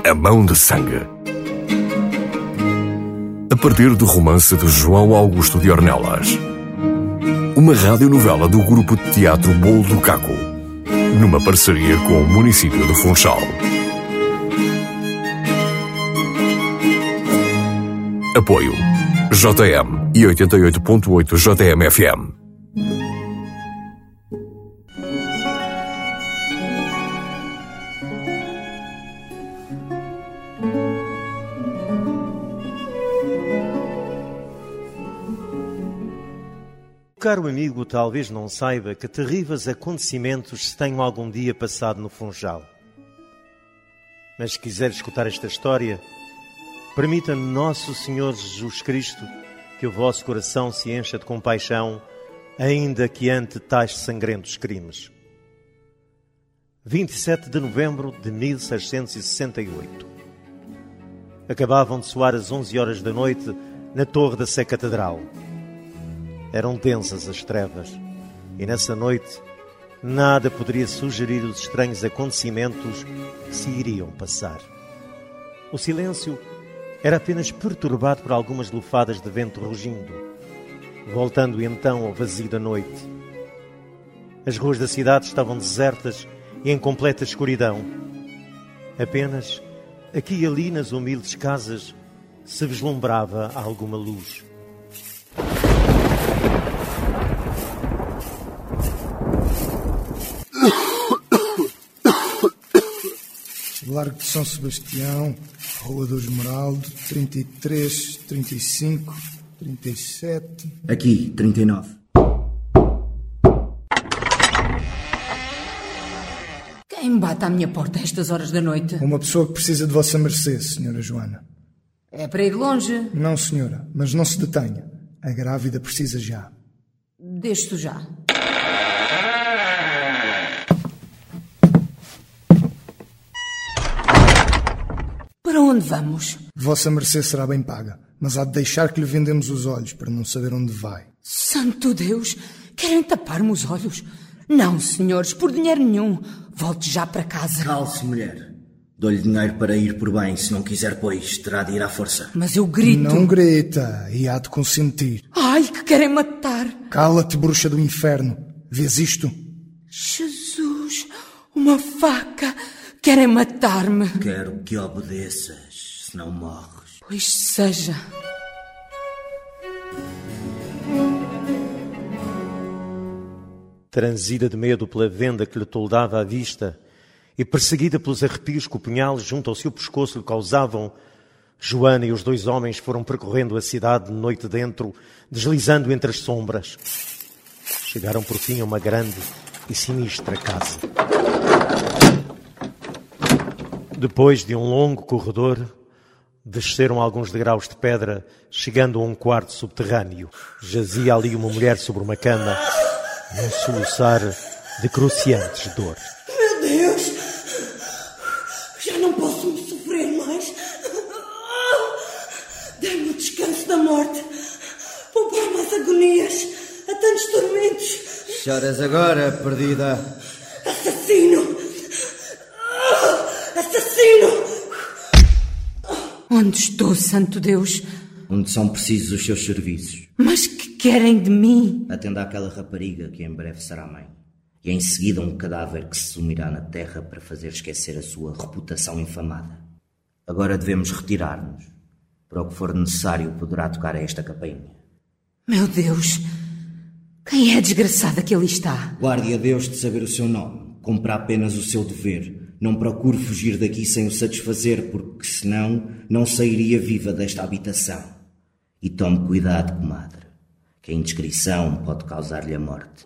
A Mão de Sangue. A partir do romance de João Augusto de Ornelas. Uma radionovela do grupo de teatro Bolo do Caco, numa parceria com o município de Funchal. Apoio JM e 88.8 JM FM. O caro amigo talvez não saiba que terríveis acontecimentos se tenham algum dia passado no Funchal. Mas se quiser escutar esta história, permita Nosso Senhor Jesus Cristo que o vosso coração se encha de compaixão, ainda que ante tais sangrentos crimes. 27 de novembro de 1668. Acabavam de soar as 11 horas da noite na torre da Sé Catedral. Eram densas as trevas, e nessa noite nada poderia sugerir os estranhos acontecimentos que se iriam passar. O silêncio era apenas perturbado por algumas lufadas de vento rugindo, voltando então ao vazio da noite. As ruas da cidade estavam desertas e em completa escuridão. Apenas aqui e ali nas humildes casas se vislumbrava alguma luz. Largo de São Sebastião, Rua do Esmeraldo, 33, 35, 37... Aqui, 39. Quem bate à minha porta a estas horas da noite? Uma pessoa que precisa de vossa mercê, senhora Joana. É para ir longe? Não, senhora, mas não se detenha. A grávida precisa já. Deixe-te já. Para onde vamos? Vossa mercê será bem paga, mas há de deixar que lhe vendemos os olhos para não saber onde vai. Santo Deus! Querem tapar-me os olhos? Não, senhores, por dinheiro nenhum. Volte já para casa. Calce, mulher. Dou-lhe dinheiro para ir por bem. Se não quiser, pois, terá de ir à força. Mas eu grito. Não grita, e há de consentir. Ai, que querem matar. Cala-te, bruxa do inferno. Vês isto? Jesus, uma faca. Querem matar-me. Quero que obedeças, senão morres. Pois seja. Transida de medo pela venda que lhe toldava a vista e perseguida pelos arrepios que o punhal junto ao seu pescoço lhe causavam, Joana e os dois homens foram percorrendo a cidade de noite dentro, deslizando entre as sombras. Chegaram por fim a uma grande e sinistra casa. Depois de um longo corredor, desceram alguns degraus de pedra, chegando a um quarto subterrâneo. Jazia ali uma mulher sobre uma cama, num soluçar de cruciantes dor. Meu Deus! Já não posso me sofrer mais. Dê-me o descanso da morte. Poupar mais agonias a tantos tormentos. Choras agora, perdida. Assassino! Assassino! Onde estou, santo Deus? Onde são precisos os seus serviços. Mas que querem de mim? Atenda àquela rapariga que em breve será mãe. E em seguida um cadáver que se sumirá na terra para fazer esquecer a sua reputação infamada. Agora devemos retirar-nos. Para o que for necessário poderá tocar a esta campainha. Meu Deus! Quem é a desgraçada que ali está? Guarde a Deus de saber o seu nome. Cumpra apenas o seu dever. Não procure fugir daqui sem o satisfazer, porque senão não sairia viva desta habitação. E tome cuidado, comadre, que a indiscrição pode causar-lhe a morte.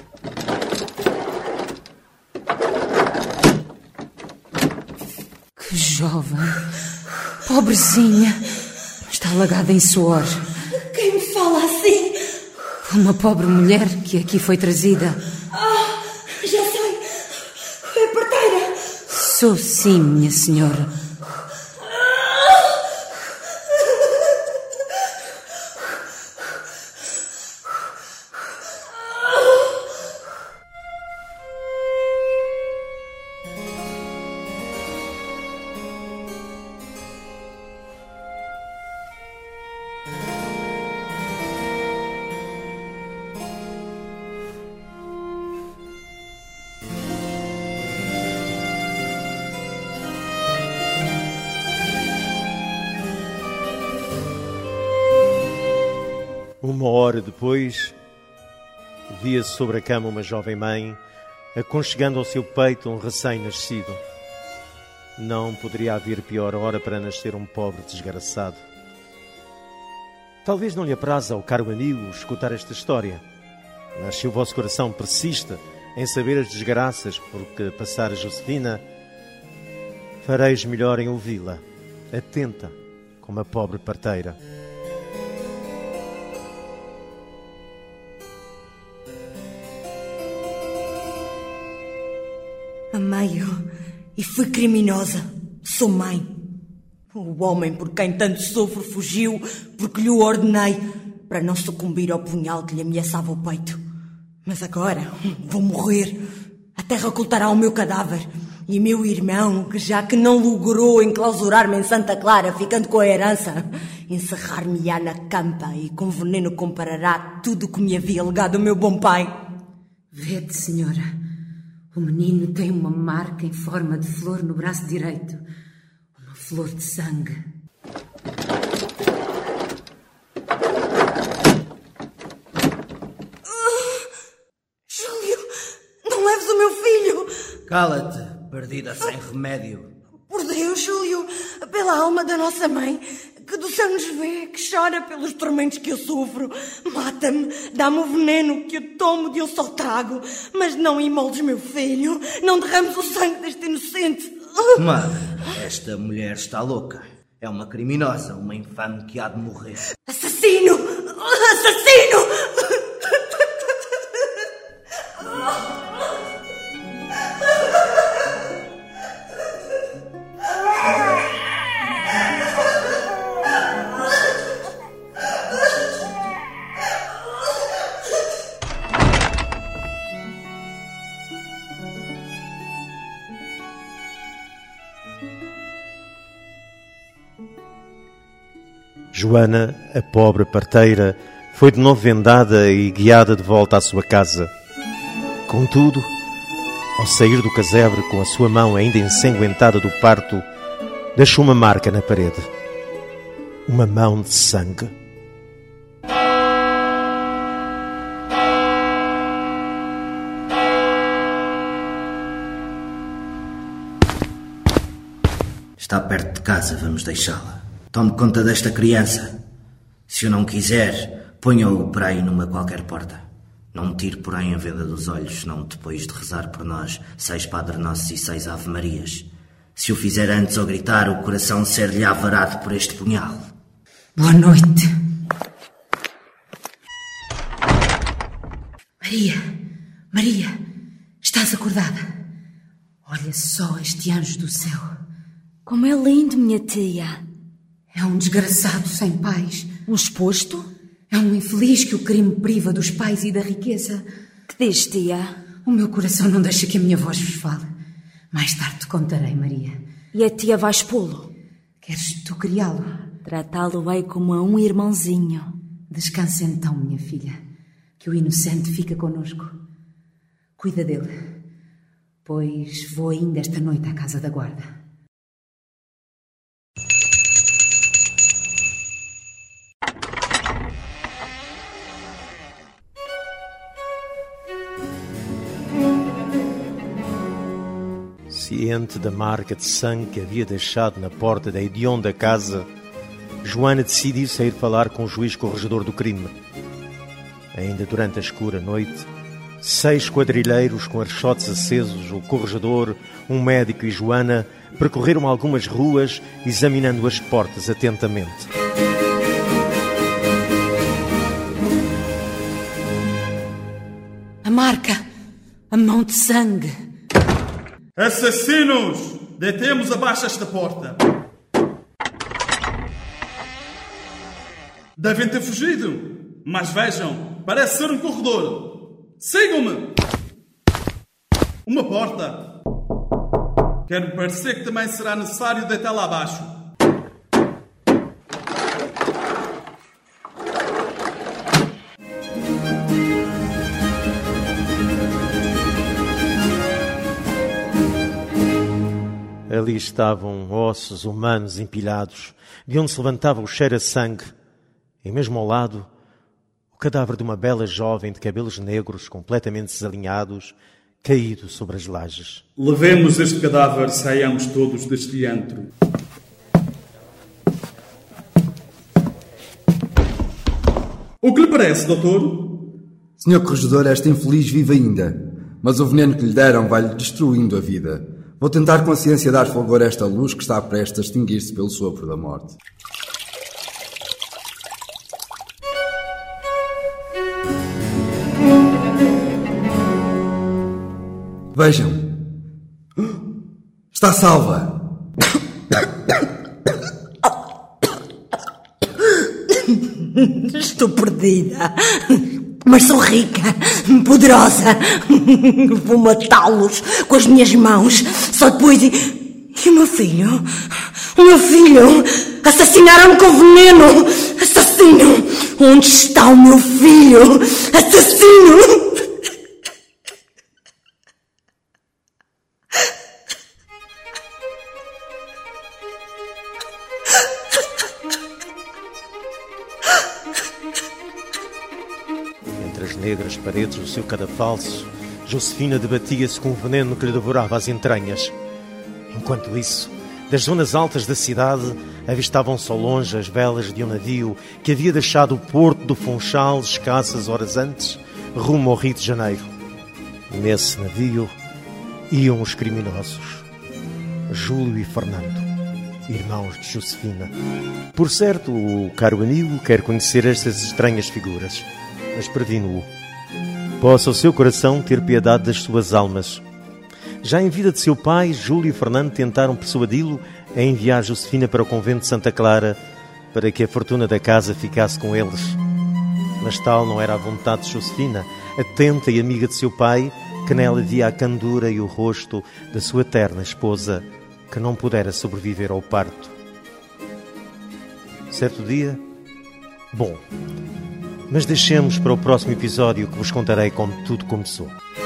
Que jovem, pobrezinha, está alagada em suor. Quem me fala assim? Uma pobre mulher que aqui foi trazida. Já sei. Foi a parteira. Sou sim, minha senhora. Uma hora depois, via-se sobre a cama uma jovem mãe, aconchegando ao seu peito um recém-nascido. Não poderia haver pior hora para nascer um pobre desgraçado. Talvez não lhe apraza ao caro amigo escutar esta história, mas se o vosso coração persiste em saber as desgraças por que passara Josefina, fareis melhor em ouvi-la, atenta como a pobre parteira. Amei-o e fui criminosa. Sou mãe. O homem por quem tanto sofro fugiu porque lhe o ordenei para não sucumbir ao punhal que lhe ameaçava o peito. Mas agora vou morrer. A terra ocultará o meu cadáver. E meu irmão, que já que não logrou enclausurar-me em Santa Clara, ficando com a herança, encerrar-me-á na campa e com veneno comparará tudo o que me havia legado o meu bom pai. Vede, senhora. O menino tem uma marca em forma de flor no braço direito. Uma flor de sangue. Júlio, não leves o meu filho! Cala-te, perdida sem remédio. Por Deus, Júlio, pela alma da nossa mãe, que do céu nos vê, que chora pelos tormentos que eu sofro. Mata-me, dá-me o veneno que eu tomo de um só trago, mas não imoles meu filho, não derrames o sangue deste inocente. Madre, esta mulher está louca. É uma criminosa, uma infame que há de morrer. Assassino! Assassino! Joana, a pobre parteira, foi de novo vendada e guiada de volta à sua casa. Contudo, ao sair do casebre com a sua mão ainda ensanguentada do parto, deixou uma marca na parede. Uma mão de sangue. Está perto de casa, vamos deixá-la. Tome conta desta criança. Se o não quiser, ponha-o por aí numa qualquer porta. Não me tire, porém, a venda dos olhos, senão depois de rezar por nós 6 Padre Nossos e 6 Ave Marias. Se o fizer antes ao gritar, o coração ser-lhe-á varado por este punhal. Boa noite. Maria, estás acordada? Olha só este anjo do céu. Como é lindo, minha tia. É um desgraçado sem pais. Um exposto? É um infeliz que o crime priva dos pais e da riqueza. Que diz, tia? O meu coração não deixa que a minha voz vos fale. Mais tarde te contarei, Maria. E a tia vai expô-lo? Queres tu criá-lo? Tratá-lo-ei como a um irmãozinho. Descansa então, minha filha, que o inocente fica connosco. Cuida dele, pois vou ainda esta noite à casa da guarda. Ciente da marca de sangue que havia deixado na porta da hedionda casa, Joana decidiu sair falar com o juiz corregedor do crime. Ainda durante a escura noite, 6 quadrilheiros com archotes acesos, o corregedor, um médico e Joana percorreram algumas ruas, examinando as portas atentamente. A marca! A mão de sangue! Assassinos! Deitemos abaixo esta porta. Devem ter fugido. Mas vejam, parece ser um corredor. Sigam-me! Uma porta. Quero parecer que também será necessário deitá-la abaixo. Ali estavam ossos humanos empilhados, de onde se levantava o cheiro a sangue, e mesmo ao lado, cadáver de uma bela jovem de cabelos negros completamente desalinhados, caído sobre as lajes. Levemos este cadáver e saiamos todos deste antro. O que lhe parece, doutor? Senhor Corregedor, esta infeliz vive ainda, mas o veneno que lhe deram vai-lhe destruindo a vida. Vou tentar com a ciência dar fulgor a esta luz que está prestes a extinguir-se pelo sopro da morte. Vejam. Está salva. Estou perdida. Mas sou rica, poderosa. Vou matá-los com as minhas mãos. Só depois... E o meu filho? O meu filho? Assassinaram-me com veneno. Assassino! Onde está o meu filho? Assassino! Entre as negras paredes do seu cadafalso, Josefina debatia-se com o veneno que lhe devorava as entranhas. Enquanto isso, das zonas altas da cidade, avistavam-se ao longe as velas de um navio que havia deixado o porto do Funchal escassas horas antes, rumo ao Rio de Janeiro. Nesse navio iam os criminosos, Júlio e Fernando, irmãos de Josefina. Por certo, o caro amigo quer conhecer estas estranhas figuras, mas previno-o. Possa o seu coração ter piedade das suas almas. Já em vida de seu pai, Júlio e Fernando tentaram persuadi-lo a enviar Josefina para o convento de Santa Clara para que a fortuna da casa ficasse com eles. Mas tal não era a vontade de Josefina, atenta e amiga de seu pai, que nela via a candura e o rosto da sua terna esposa, que não pudera sobreviver ao parto. Certo dia... Bom, mas deixemos para o próximo episódio que vos contarei como tudo começou.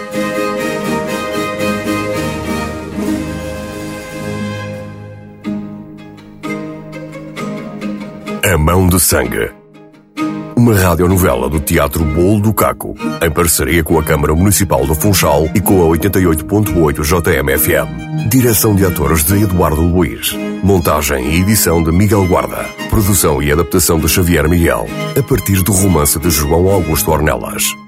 A Mão de Sangue. Uma radionovela do Teatro Bolo do Caco, em parceria com a Câmara Municipal do Funchal e com a 88.8 JMFM. Direção de atores de Eduardo Luiz. Montagem e edição de Miguel Guarda. Produção e adaptação de Xavier Miguel, a partir do romance de João Augusto Ornelas.